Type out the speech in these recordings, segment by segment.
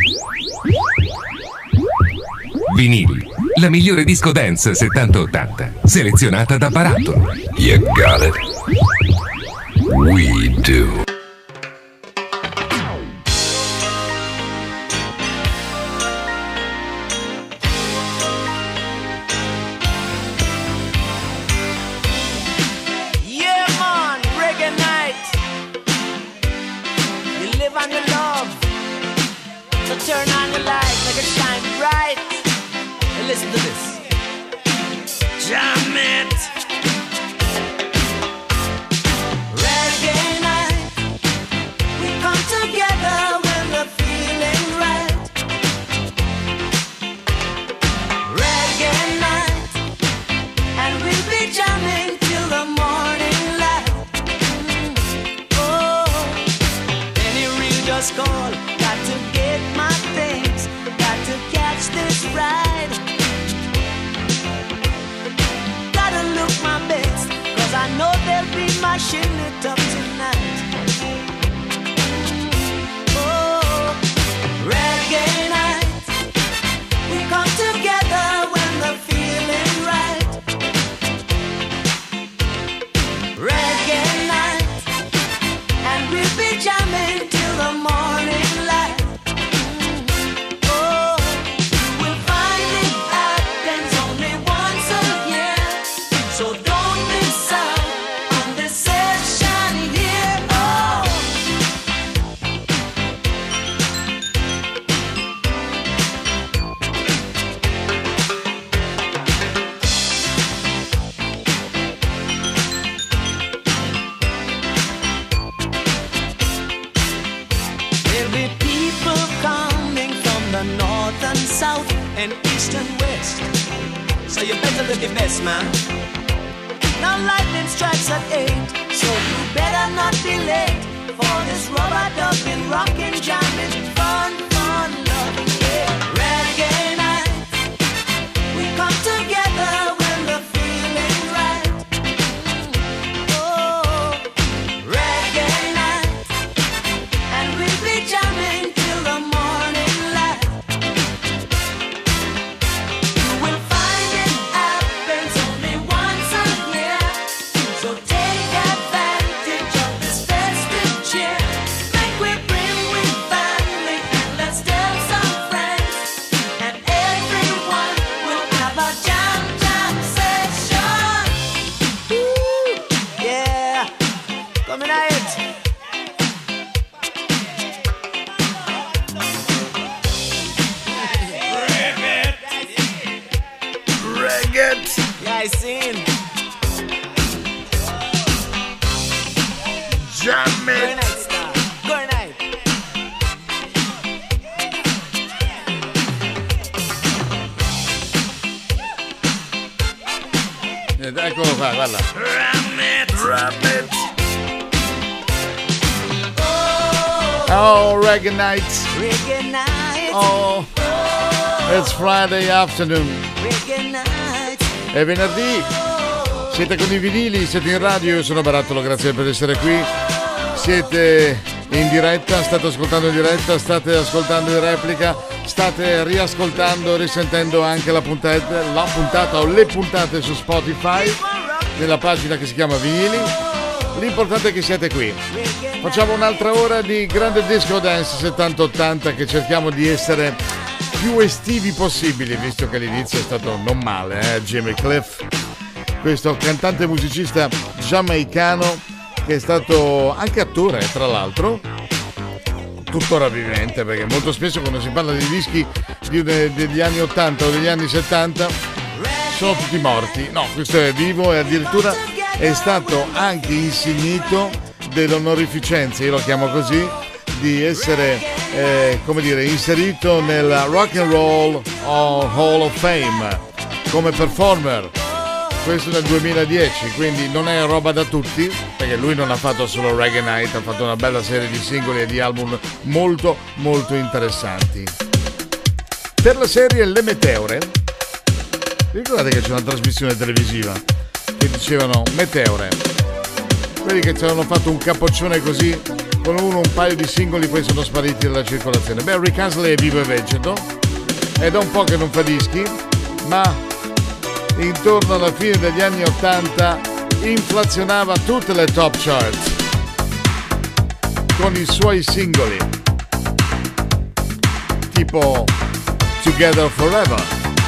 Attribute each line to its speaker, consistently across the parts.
Speaker 1: Vinili, la migliore disco dance 70-80, selezionata da Barattolo.
Speaker 2: You got it. We do.
Speaker 3: Turn on the light, make it shine bright. And listen to this. Jam it. Reggae night. We come together when we're feeling right. Reggae night. And we'll be jamming till the morning light. Oh, any real just call. Got to get my things, got to catch this ride. Gotta look my best, cause I know they'll be mashing it up tonight. Oh, reggae night. We come together when the feeling right. Reggae night. And we'll be jamming till the morning. South and east and west, so you better live your best, man. Now lightning strikes at 8, so you better not be late for this rubber dubbing, rockin', jamming, fun, loving, yeah. Reggae night. We come together when the feeling right. Oh, reggae night. And we'll be jamming till the morning light. I seen. Jam it. Good night, star. Good night.
Speaker 4: Eccolo qua, guarda. Ram it. Oh, reggae night.
Speaker 3: Reggae night.
Speaker 4: Oh, it's Friday afternoon.
Speaker 3: Reggae night.
Speaker 4: È venerdì, siete con i vinili, siete in radio, io sono Barattolo, grazie per essere qui. Siete in diretta, state ascoltando in diretta, state ascoltando in replica, state riascoltando, risentendo anche la puntata o le puntate su Spotify, nella pagina che si chiama Vinili. L'importante è che siete qui. Facciamo un'altra ora di grande disco dance 70-80, che cerchiamo di essere più estivi possibili, visto che l'inizio è stato non male, Jimmy Cliff, questo cantante musicista giamaicano che è stato anche attore, tra l'altro, tuttora vivente, perché molto spesso quando si parla di dischi degli anni 80 o degli anni 70 sono tutti morti. No, questo è vivo e addirittura è stato anche insignito dell'onorificenza, io lo chiamo così, di essere inserito nella Rock and Roll Hall of Fame come performer, questo nel 2010, quindi non è roba da tutti, perché lui non ha fatto solo Reggae Night, ha fatto una bella serie di singoli e di album molto molto interessanti. Per la serie Le Meteore, ricordate che c'è una trasmissione televisiva che dicevano Meteore, quelli che ci avevano fatto un capoccione così con un paio di singoli poi sono spariti dalla circolazione. Beh, Rick Astley è vivo e vegeto, è da un po' che non fa dischi, ma intorno alla fine degli anni 80 inflazionava tutte le top charts con i suoi singoli tipo Together Forever,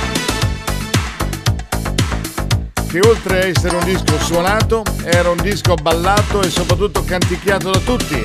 Speaker 4: che oltre a essere un disco suonato era un disco ballato e soprattutto canticchiato da tutti.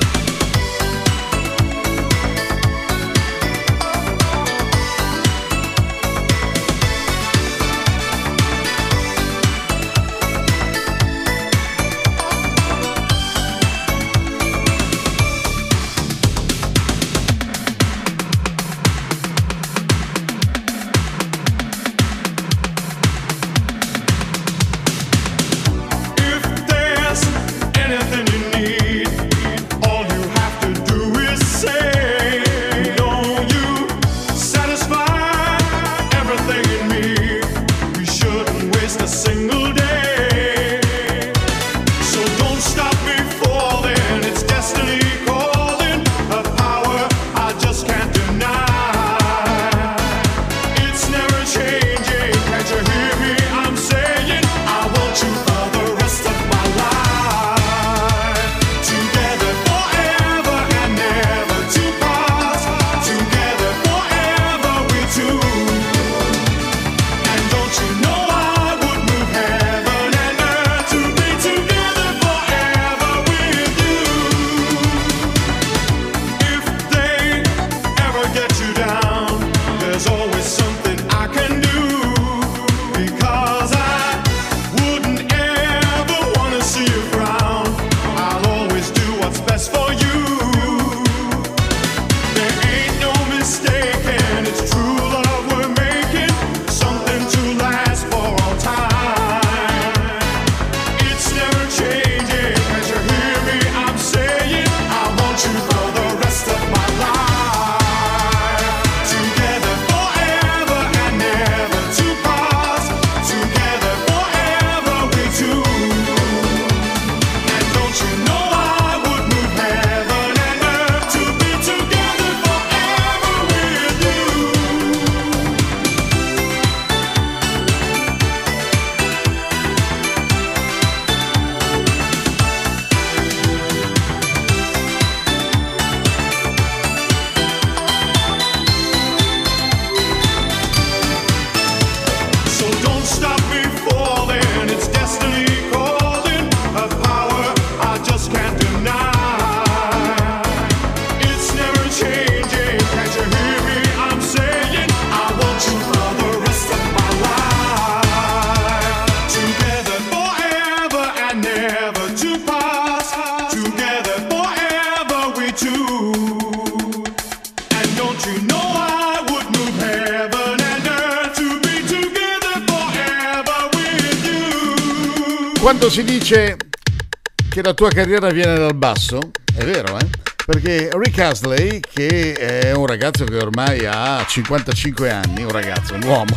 Speaker 4: Quando si dice che la tua carriera viene dal basso, è vero, Perché Rick Astley, che è un ragazzo che ormai ha 55 anni, un ragazzo, un uomo,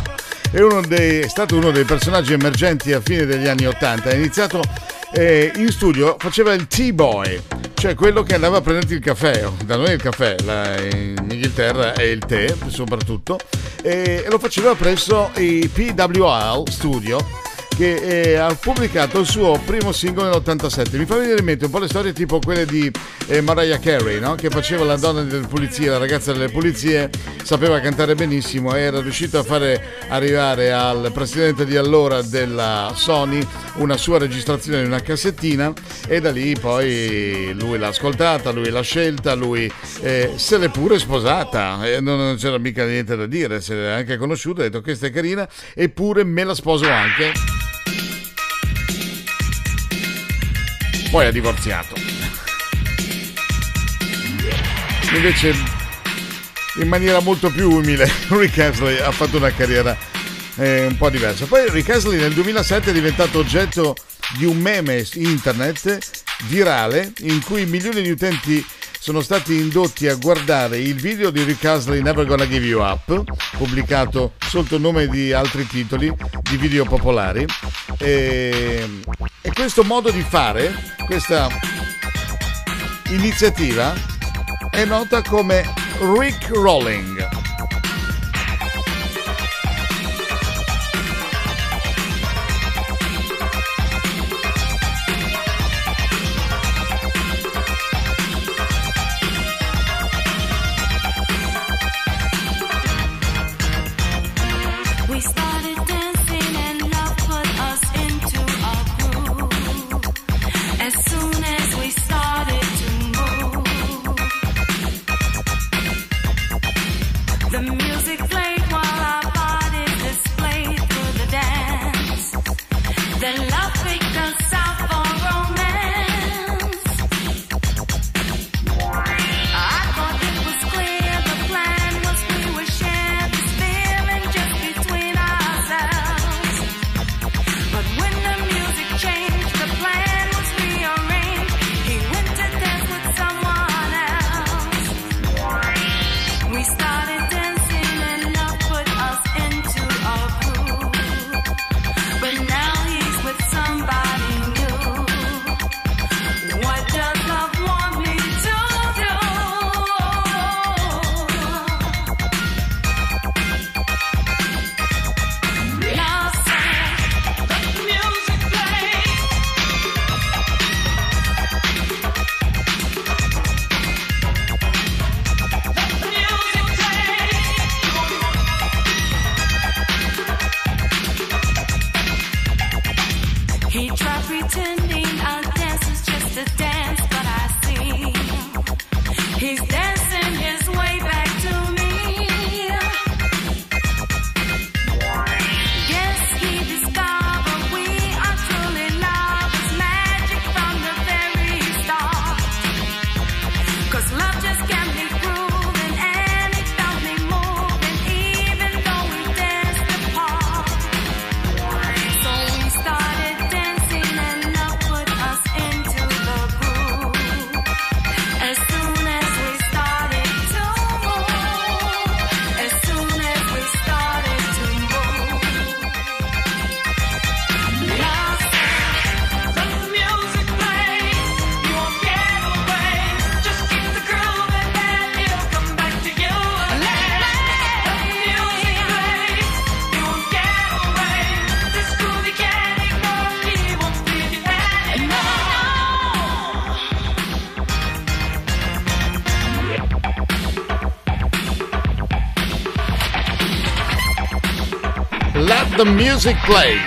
Speaker 4: è stato uno dei personaggi emergenti a fine degli anni 80. Ha iniziato in studio, faceva il tea boy, cioè quello che andava a prenderti il caffè. Da noi il caffè, in Inghilterra è il tè soprattutto, e lo faceva presso i PWR Studio, che ha pubblicato il suo primo singolo nell'87. Mi fa venire in mente un po' le storie tipo quelle di Mariah Carey, no? Che faceva la donna delle pulizie, la ragazza delle pulizie, sapeva cantare benissimo e era riuscito a fare arrivare al presidente di allora della Sony una sua registrazione in una cassettina, e da lì poi lui l'ha ascoltata, lui l'ha scelta, lui se l'è pure sposata, non c'era mica niente da dire, se l'è anche conosciuta, ha detto questa è carina, eppure me la sposo anche. Poi ha divorziato. Invece, in maniera molto più umile, Rick Astley ha fatto una carriera un po' diversa. Poi Rick Astley nel 2007 è diventato oggetto di un meme internet virale in cui milioni di utenti sono stati indotti a guardare il video di Rick Astley Never Gonna Give You Up, pubblicato sotto il nome di altri titoli di video popolari, e questo modo di fare, questa iniziativa è nota come Rick Rolling. Let the music play.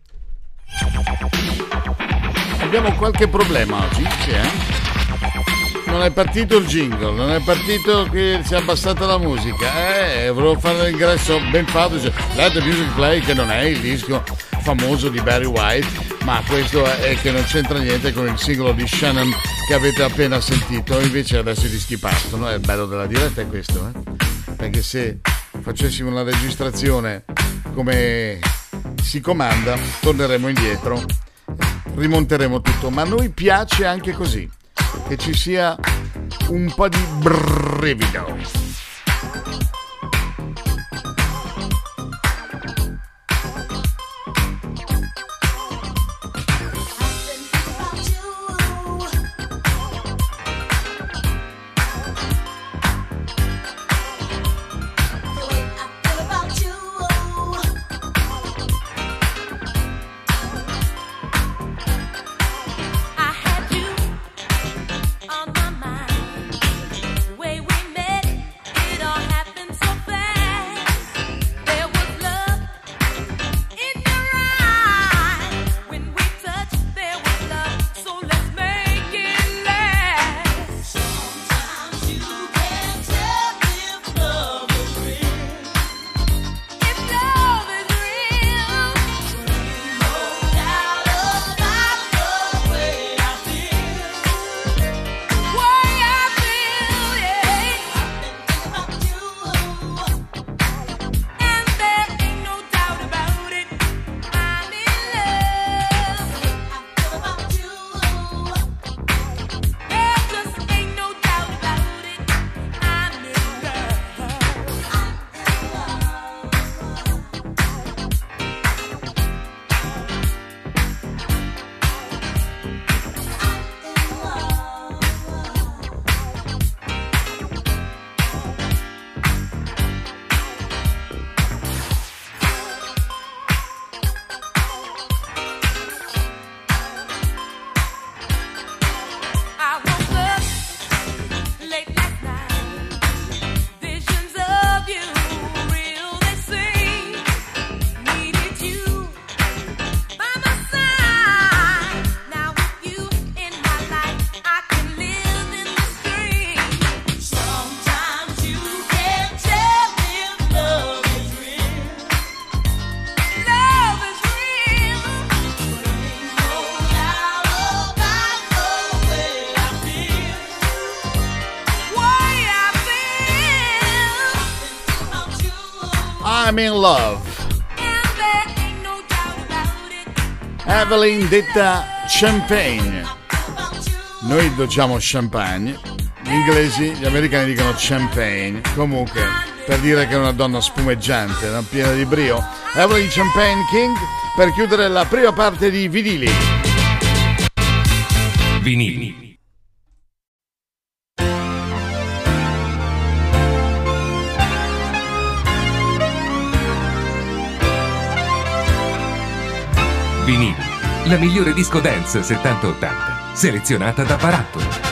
Speaker 4: Abbiamo qualche problema oggi, sì, Non è partito il jingle, non è partito che si è abbassata la musica. Volevo fare l'ingresso ben fatto, cioè, Let the music play, che non è il disco famoso di Barry White, ma questo è che non c'entra niente con il singolo di Shannon che avete appena sentito. Invece adesso i dischi partono, è il bello della diretta è questo, perché se facessimo una registrazione come si comanda, torneremo indietro, rimonteremo tutto, ma a noi piace anche così, che ci sia un po' di brivido.
Speaker 2: On my mind, the way we met
Speaker 4: I'm in Love. Evelyn detta Champagne. Noi diciamo champagne, gli inglesi, gli americani dicono champagne. Comunque, per dire che è una donna spumeggiante, no? Piena di brio. Evelyn Champagne King per chiudere la prima parte di vinili.
Speaker 1: Vinili. Vinili, la migliore disco dance 70-80, selezionata da Barattolo.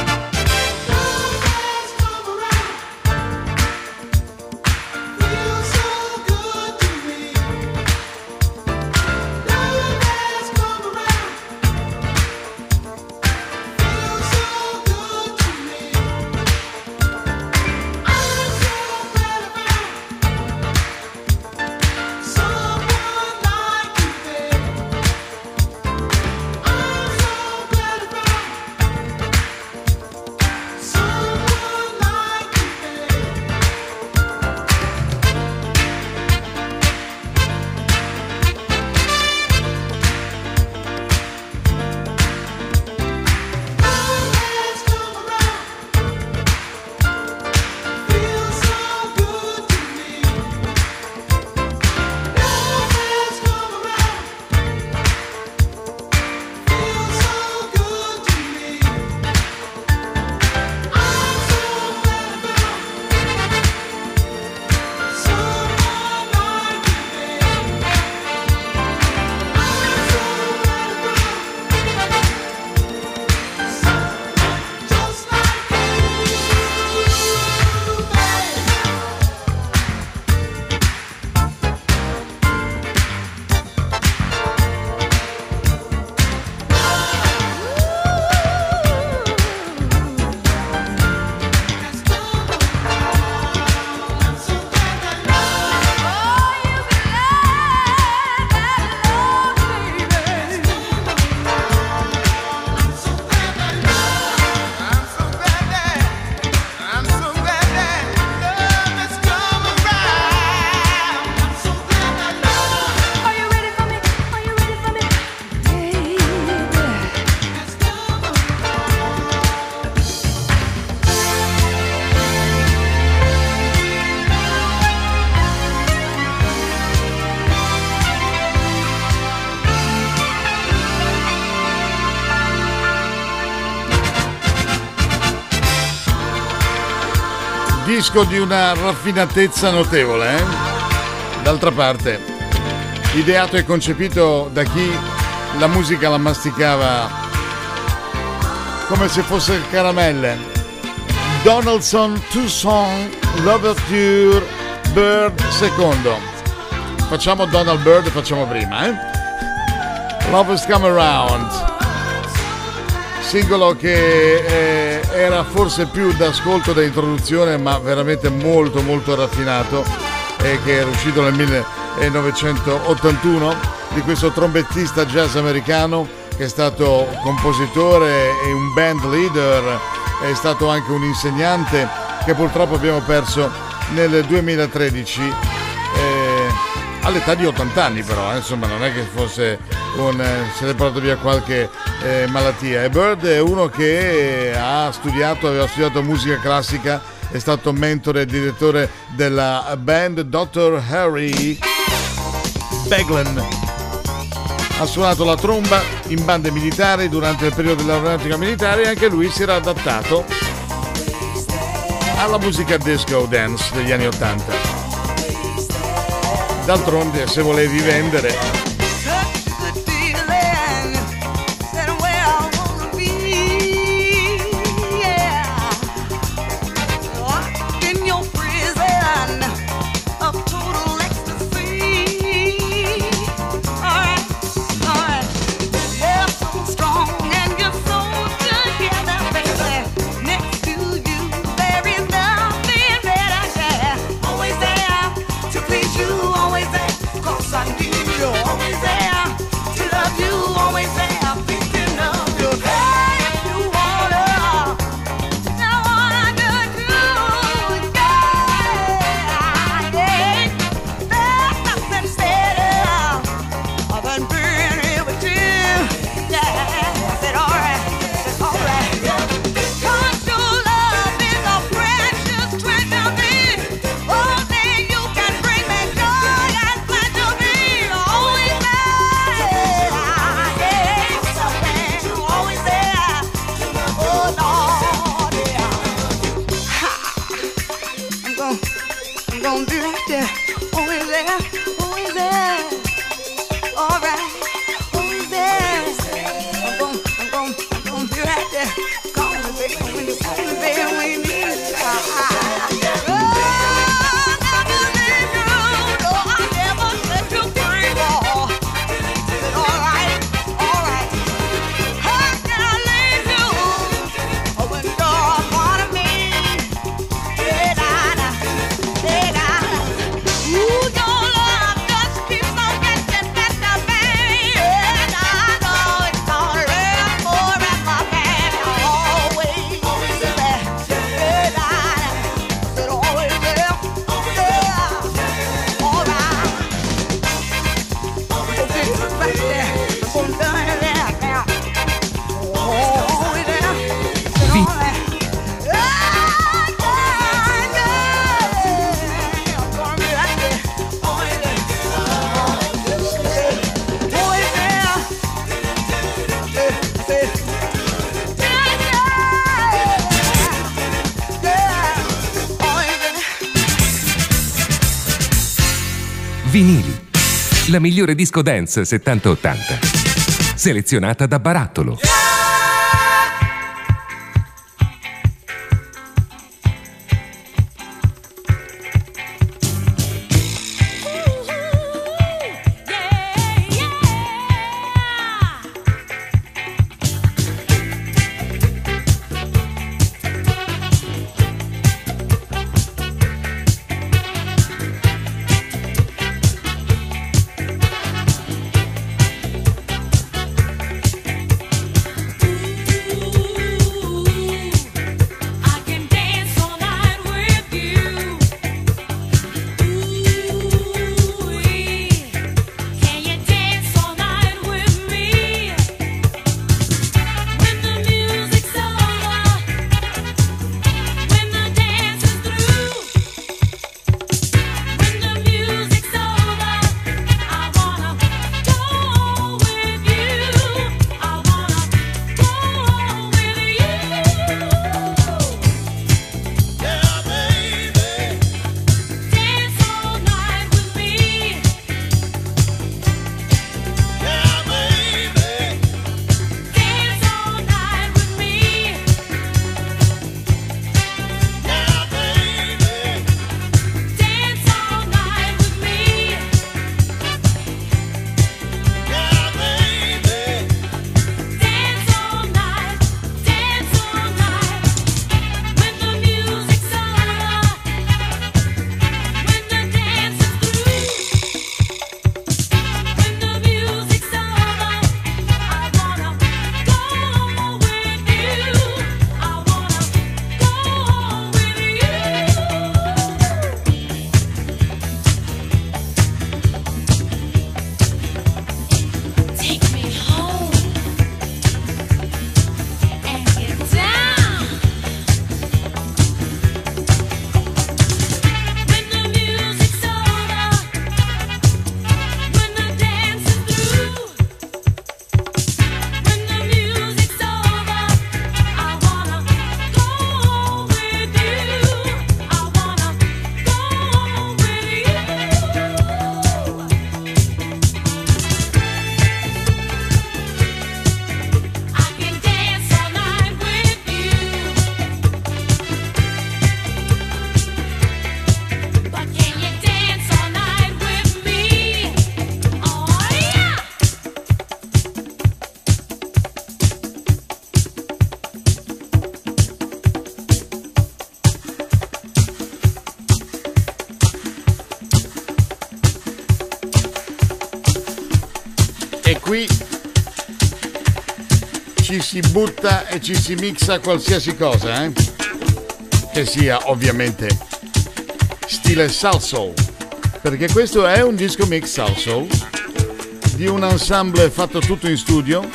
Speaker 4: Disco di una raffinatezza notevole, eh? D'altra parte, ideato e concepito da chi la musica la masticava come se fosse caramelle. Donaldson Tucson L'Ouverture Bird secondo. Facciamo Donald Byrd, facciamo prima, eh? Love Has Come Around. Singolo che era forse più d'ascolto da introduzione, ma veramente molto molto raffinato, e che era uscito nel 1981, di questo trombettista jazz americano che è stato compositore e un band leader, è stato anche un insegnante che purtroppo abbiamo perso nel 2013 all'età di 80 anni, però insomma non è che fosse se l'è portato via qualche malattia. E Byrd è uno che aveva studiato musica classica, è stato mentore e direttore della band Dr. Harry Beglan. Ha suonato la tromba in bande militari durante il periodo dell'aeronautica militare, e anche lui si era adattato alla musica disco dance degli anni 80. D'altronde, se volevi vendere,
Speaker 3: Always there to please you, always there, 'cause I need you.
Speaker 2: gonna be right there. Oh, is there? Oh, is there? All right. Oh, is there? I'm gonna be right there. Call me, baby, when you call me, baby, when you need it.
Speaker 1: Vinili, la migliore disco dance 70-80, selezionata da Barattolo.
Speaker 4: Qui ci si butta e ci si mixa qualsiasi cosa, che sia ovviamente stile salsoul, perché questo è un disco mix salsoul di un ensemble fatto tutto in studio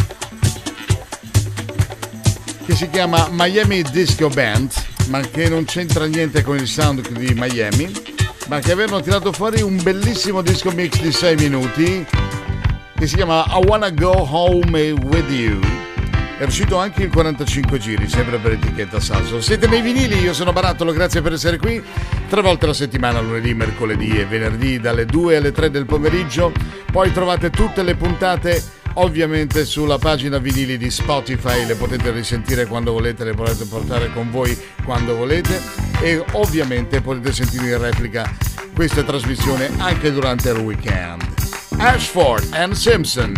Speaker 4: che si chiama Miami Disco Band, ma che non c'entra niente con il sound di Miami, ma che avevano tirato fuori un bellissimo disco mix di 6 minuti che si chiama I Wanna Go Home With You, È uscito anche il 45 giri, sempre per etichetta Salso. Siete nei vinili, io sono Barattolo, grazie per essere qui. 3 volte alla settimana, lunedì, mercoledì e venerdì, dalle 2 alle 3 del pomeriggio. Poi trovate tutte le puntate ovviamente sulla pagina vinili di Spotify, le potete risentire quando volete, le potete portare con voi quando volete e ovviamente potete sentire in replica questa trasmissione anche durante il weekend. Ashford and Simpson.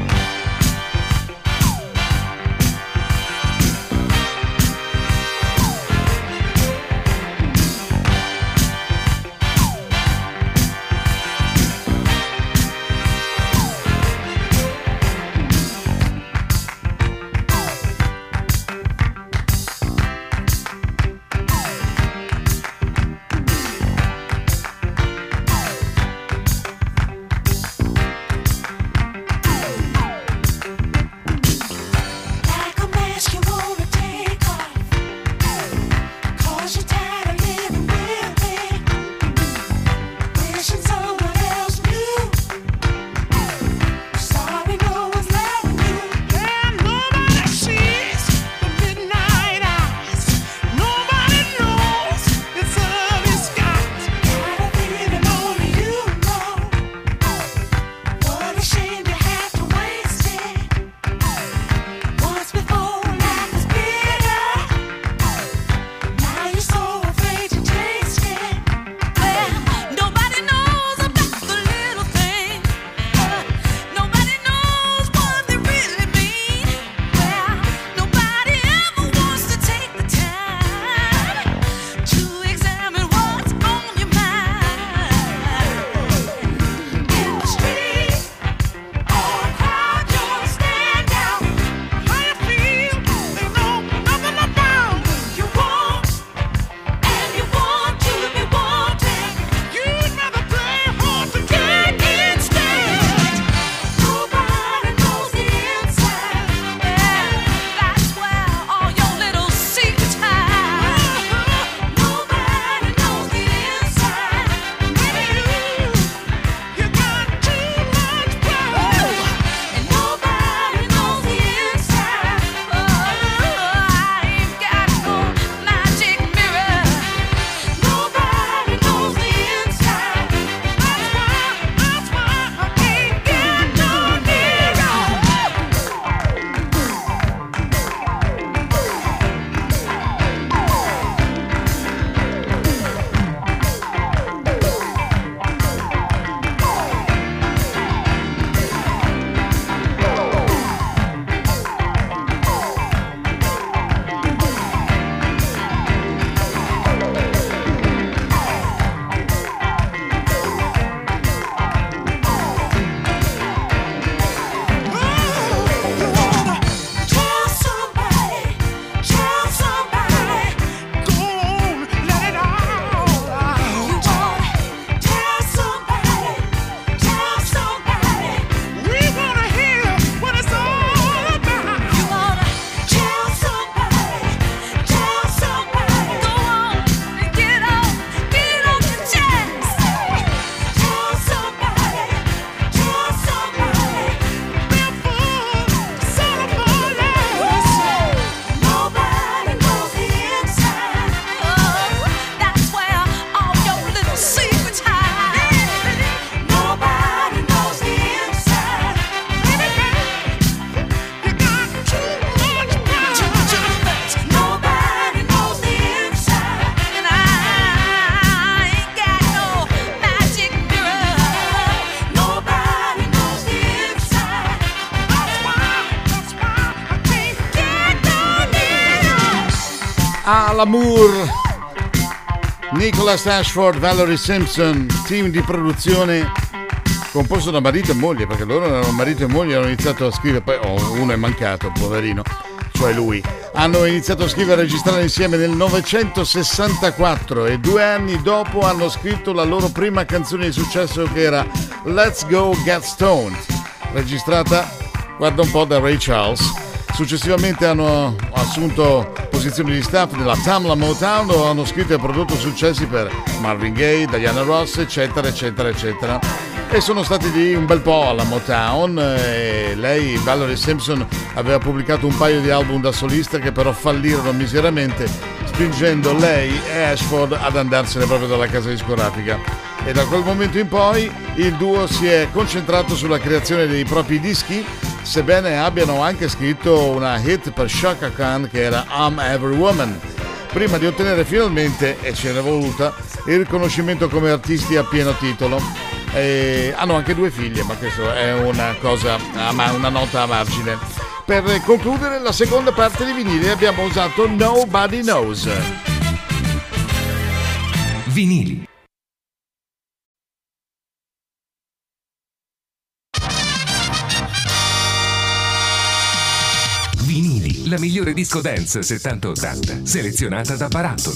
Speaker 4: L'amour, Nicholas Ashford, Valerie Simpson, team di produzione composto da marito e moglie, perché loro erano marito e moglie, hanno iniziato a scrivere, poi uno è mancato, poverino, cioè lui. Hanno iniziato a scrivere e registrare insieme nel 1964 e 2 anni dopo hanno scritto la loro prima canzone di successo che era Let's Go Get Stoned, registrata, guarda un po', da Ray Charles. Successivamente hanno assunto posizioni di staff della Tamla Motown, dove hanno scritto e prodotto successi per Marvin Gaye, Diana Ross, eccetera eccetera eccetera. e sono stati lì un bel po' alla Motown. E lei, Valerie Simpson, aveva pubblicato un paio di album da solista che però fallirono miseramente, spingendo lei e Ashford ad andarsene proprio dalla casa discografica. E da quel momento in poi il duo si è concentrato sulla creazione dei propri dischi, sebbene abbiano anche scritto una hit per Chaka Khan che era I'm Every Woman, prima di ottenere finalmente, e ce n'è voluta, il riconoscimento come artisti a pieno titolo. E hanno anche 2 figlie, ma questo è una cosa, una nota a margine. Per concludere la seconda parte di vinili abbiamo usato Nobody Knows.
Speaker 1: Vinili. Vinili, la migliore disco dance 70-80, selezionata da Barattolo.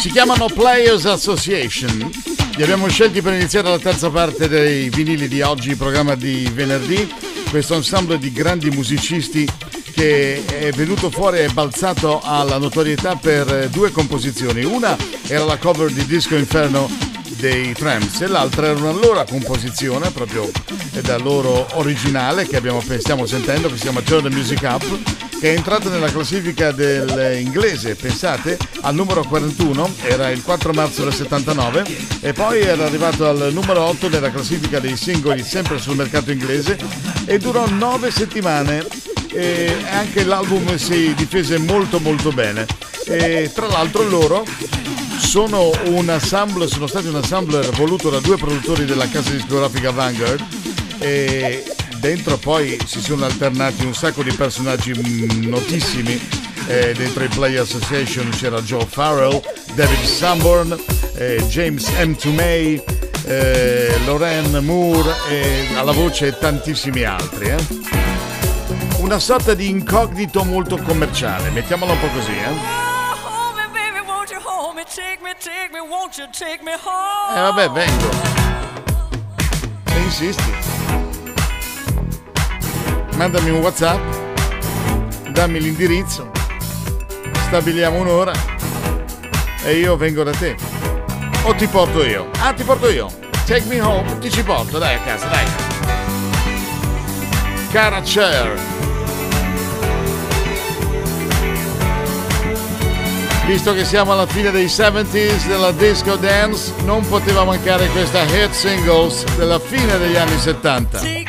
Speaker 4: Si chiamano Players Association. Li abbiamo scelti per iniziare la terza parte dei vinili di oggi, programma di venerdì. Questo ensemble di grandi musicisti che è venuto fuori e balzato alla notorietà per due composizioni. Una era la cover di Disco Inferno dei Tramps e l'altra era una loro composizione proprio da loro originale che stiamo sentendo, che si chiama Turn the Music Up, che è entrata nella classifica dell'inglese, pensate, al numero 41, era il 4 marzo del 79, e poi era arrivato al numero 8 nella classifica dei singoli sempre sul mercato inglese e durò 9 settimane e anche l'album si difese molto molto bene. E tra l'altro loro sono stati un ensemble voluto da due produttori della casa discografica Vanguard e dentro poi si sono alternati un sacco di personaggi notissimi. Dentro i Play Association c'era Joe Farrell, David Sanborn, James M. Tumay, Lorraine Moore e alla voce tantissimi altri. Una sorta di incognito molto commerciale, mettiamola un po' così. Vabbè, vengo. Se insisti. Mandami un WhatsApp, dammi l'indirizzo, stabiliamo un'ora e io vengo da te. O ti porto io. Ti porto io. Take me home, ci porto, dai a casa, dai. Cara Cher. Visto che siamo alla fine dei 70s della disco dance, non poteva mancare questa hit singles della fine degli anni 70.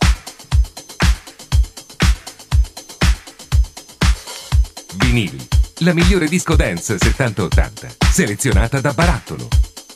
Speaker 1: vinili. la migliore disco dance 70-80, selezionata da Barattolo.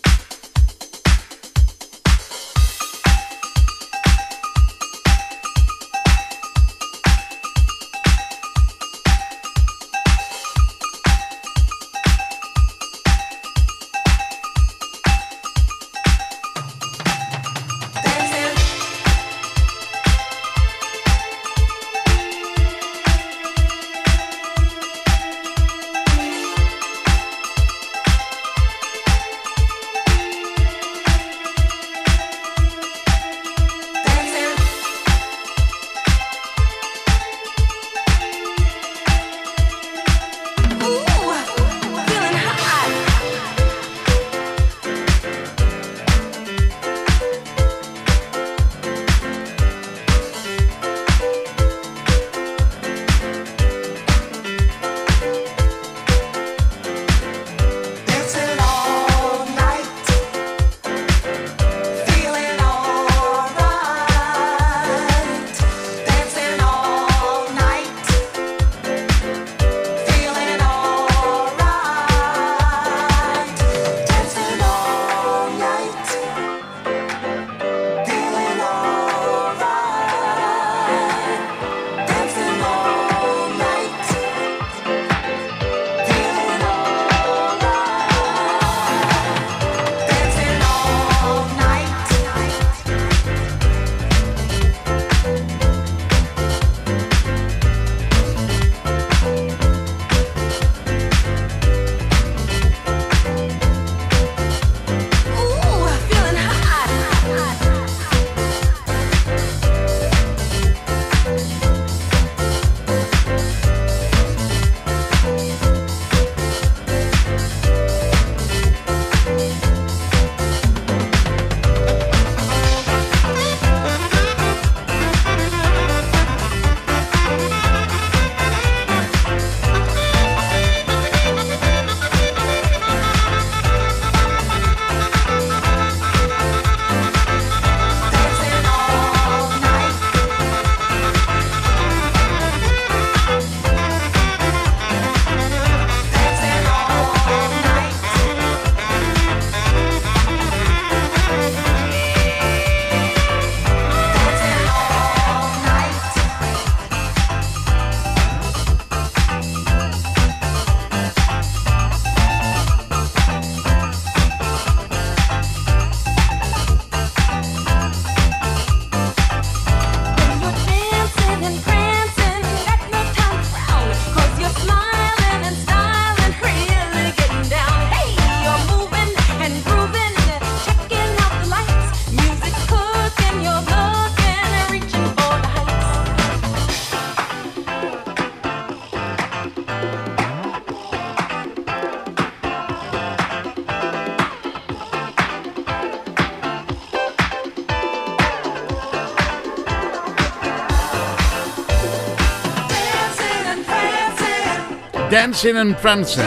Speaker 4: Dancing and Prancing.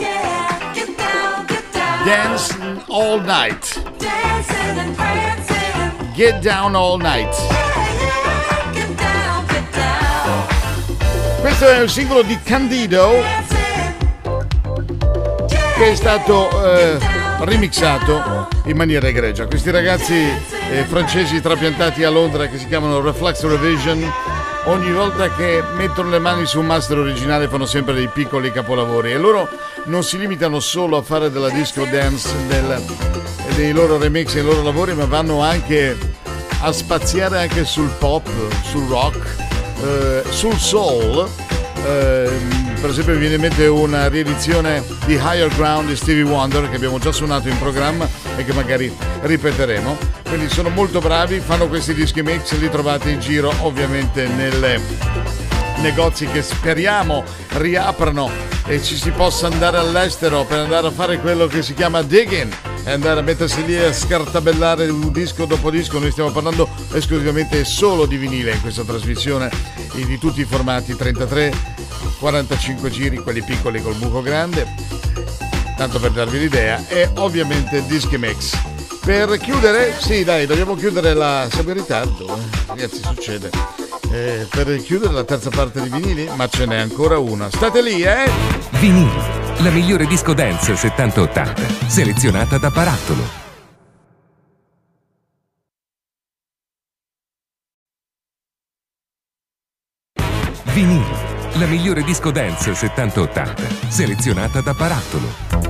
Speaker 4: Dance all night. Get down all night. Questo è un singolo di Candido che è stato remixato in maniera egregia. Questi ragazzi francesi trapiantati a Londra che si chiamano Reflex Revision, ogni volta che mettono le mani su un master originale fanno sempre dei piccoli capolavori, e loro non si limitano solo a fare della disco dance, dei loro remix e dei loro lavori, ma vanno anche a spaziare anche sul pop, sul rock, sul soul. Per esempio mi viene in mente una riedizione di Higher Ground di Stevie Wonder che abbiamo già suonato in programma e che magari ripeteremo. Quindi sono molto bravi, fanno questi dischi mix, li trovate in giro ovviamente nelle negozi che speriamo riaprano e ci si possa andare all'estero per andare a fare quello che si chiama digging e andare a mettersi lì a scartabellare un disco dopo disco. Noi stiamo parlando esclusivamente solo di vinile in questa trasmissione, di tutti i formati, 33, 45 giri, quelli piccoli col buco grande, tanto per darvi l'idea, e ovviamente dischi mix. Per chiudere, sì dai, dobbiamo chiudere siamo in ritardo, ragazzi, succede. Per chiudere la terza parte di vinili, ma ce n'è ancora una. State lì,
Speaker 1: Vinili, la migliore disco dance 70-80, selezionata da Barattolo. Vinili, la migliore disco dance 70-80, selezionata da Barattolo.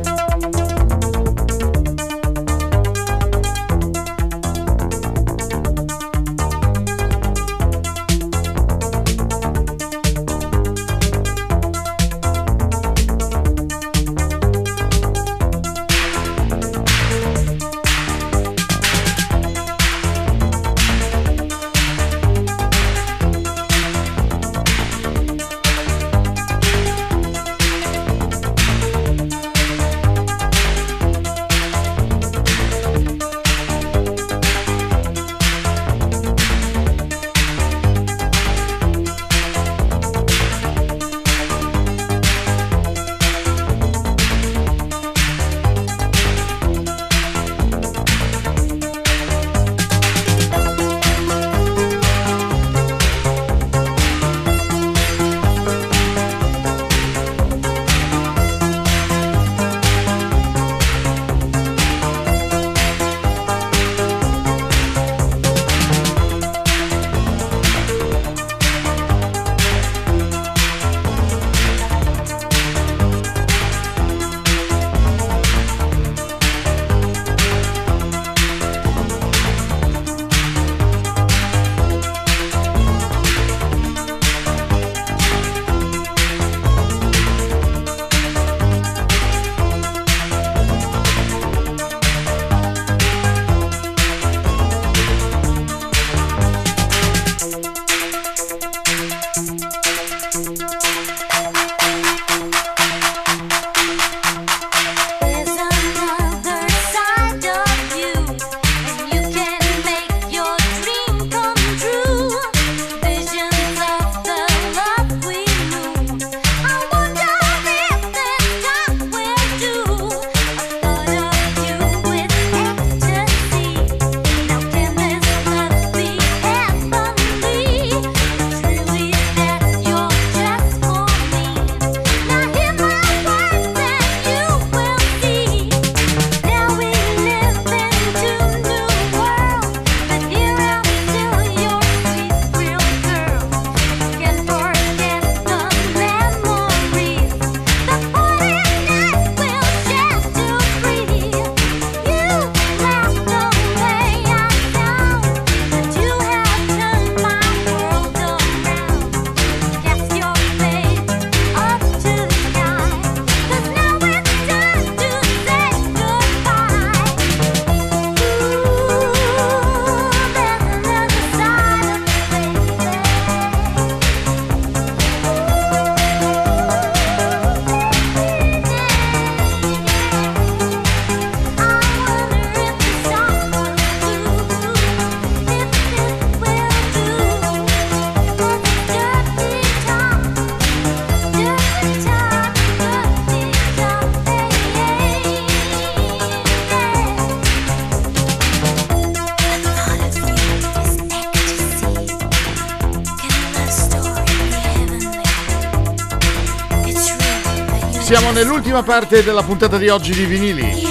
Speaker 4: Siamo nell'ultima parte della puntata di oggi di vinili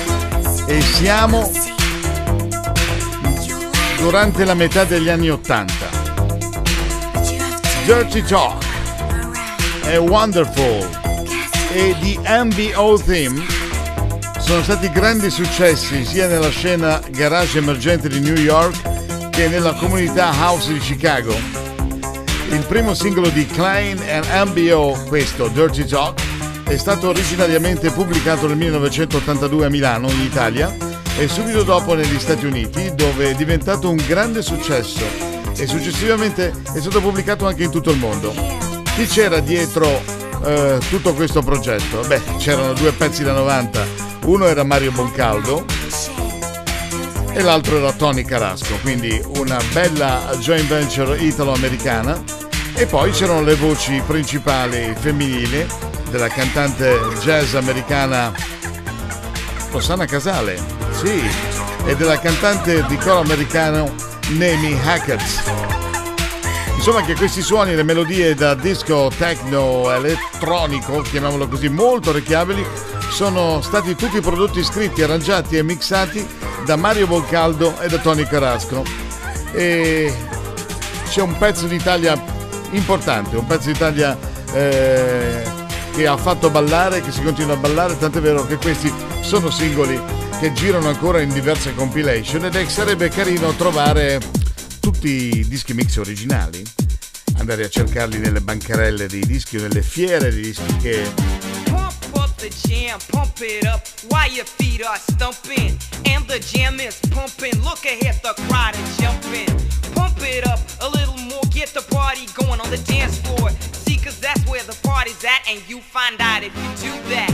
Speaker 4: e siamo durante la metà degli anni '80. Dirty Talk e Wonderful e The MBO Theme sono stati grandi successi sia nella scena garage emergente di New York che nella comunità house di Chicago. Il primo singolo di Klein and MBO, questo Dirty Talk, è stato originariamente pubblicato nel 1982 a Milano, in Italia, e subito dopo negli Stati Uniti, dove è diventato un grande successo e successivamente è stato pubblicato anche in tutto il mondo. Chi c'era dietro tutto questo progetto? Beh, c'erano due pezzi da 90, uno era Mario Boncaldo e l'altro era Tony Carrasco, quindi una bella joint venture italo-americana, e poi c'erano le voci principali femminili della cantante jazz americana Rosanna Casale, sì, e della cantante di coro americano Naomi Hackett. Insomma, che questi suoni, le melodie da disco techno elettronico, chiamiamolo così, molto orecchiabili, sono stati tutti prodotti, scritti, arrangiati e mixati da Mario Boccaldo e da Tony Carrasco. E c'è un pezzo d'Italia importante, un pezzo d'Italia che ha fatto ballare, che si continua a ballare, tant'è vero che questi sono singoli che girano ancora in diverse compilation, ed sarebbe carino trovare tutti i dischi mix originali, andare a cercarli nelle bancarelle dei dischi o nelle fiere dei dischi che...
Speaker 5: Pump up the jam, pump it up while your feet are stumping. And the jam is pumping, look ahead, the crowd is jumping. Pump it up a little more, get the party going on the dance floor. See, cause that's where the party's at, and you find out if you do that.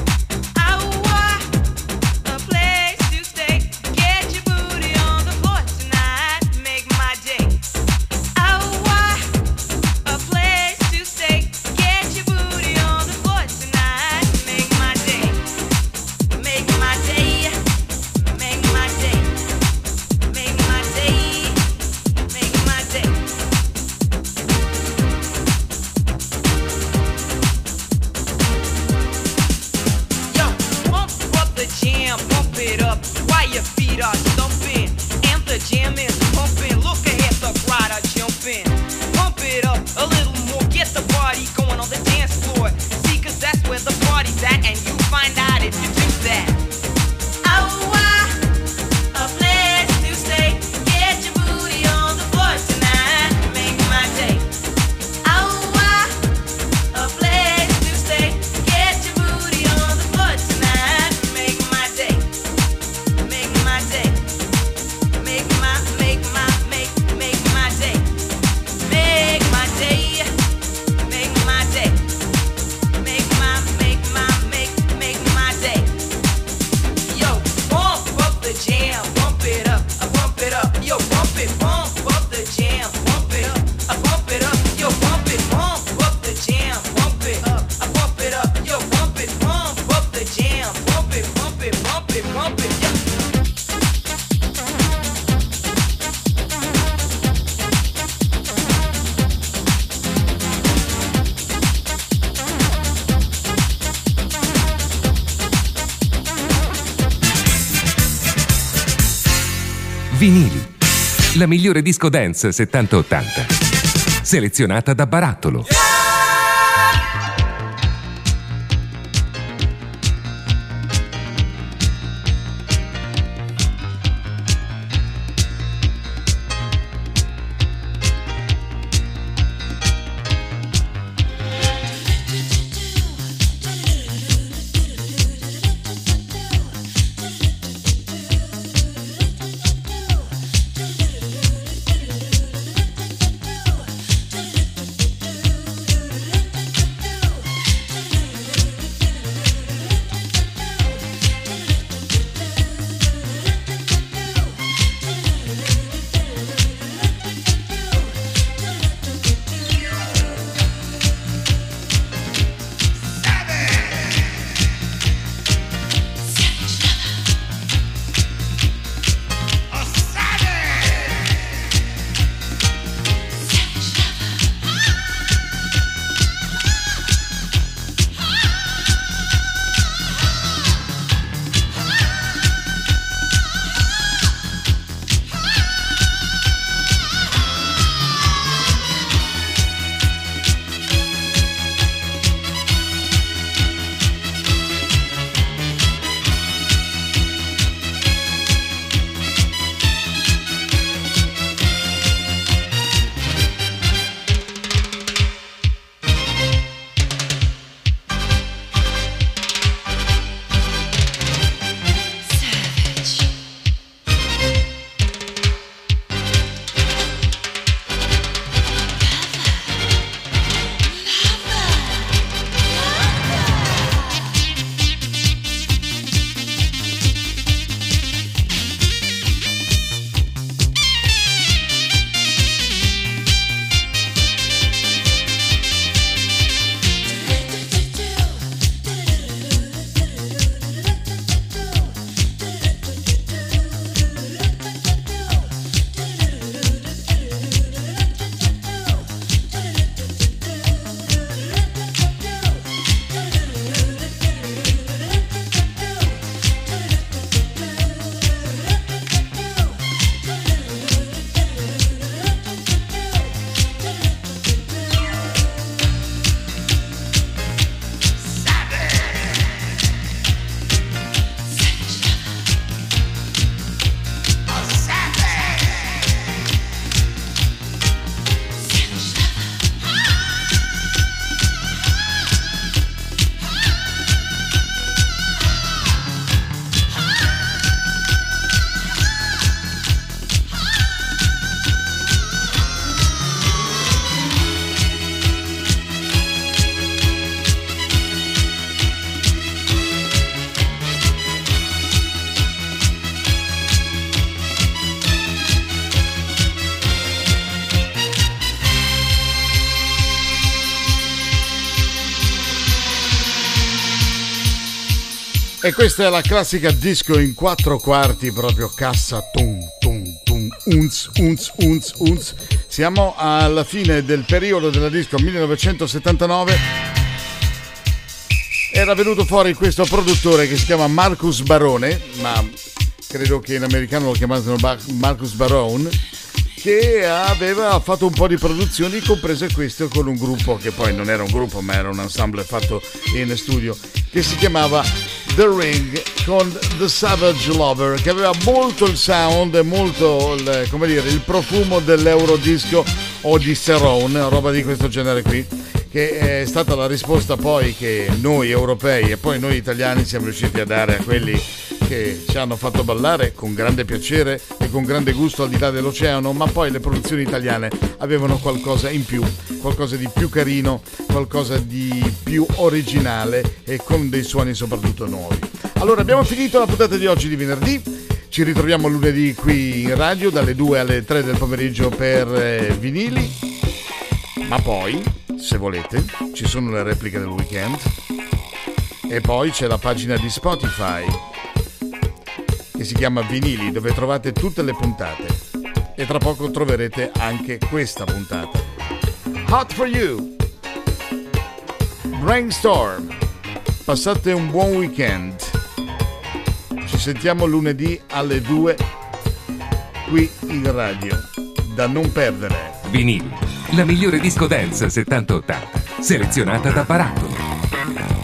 Speaker 1: Vinili, la migliore disco dance 70-80, selezionata da Barattolo.
Speaker 4: E questa è la classica disco in 4/4, proprio cassa, tum tum tum, unz unz unz unz. Siamo alla fine del periodo della disco 1979. Era venuto fuori questo produttore che si chiama Marcus Barone, ma credo che in americano lo chiamassero Marcus Barone, che aveva fatto un po' di produzioni, comprese questo con un gruppo che poi non era un gruppo ma era un ensemble fatto in studio, che si chiamava The Ring, con The Savage Lover, che aveva molto il sound, molto il profumo dell'eurodisco o di Cerrone, roba di questo genere qui, che è stata la risposta poi che noi europei e poi noi italiani siamo riusciti a dare a quelli che ci hanno fatto ballare con grande piacere e con grande gusto al di là dell'oceano, ma poi le produzioni italiane avevano qualcosa in più, qualcosa di più carino, qualcosa di più originale e con dei suoni soprattutto nuovi. Allora abbiamo finito la puntata di oggi di venerdì, ci ritroviamo lunedì qui in radio dalle 2 alle 3 del pomeriggio per vinili, ma poi se volete ci sono le repliche del weekend e poi c'è la pagina di Spotify che si chiama Vinili, dove trovate tutte le puntate e tra poco troverete anche questa puntata. Hot for You, Brainstorm, passate un buon weekend, ci sentiamo lunedì alle 2 qui in radio, da non perdere.
Speaker 1: Vinili, la migliore disco dance 70-80, selezionata da Barattolo.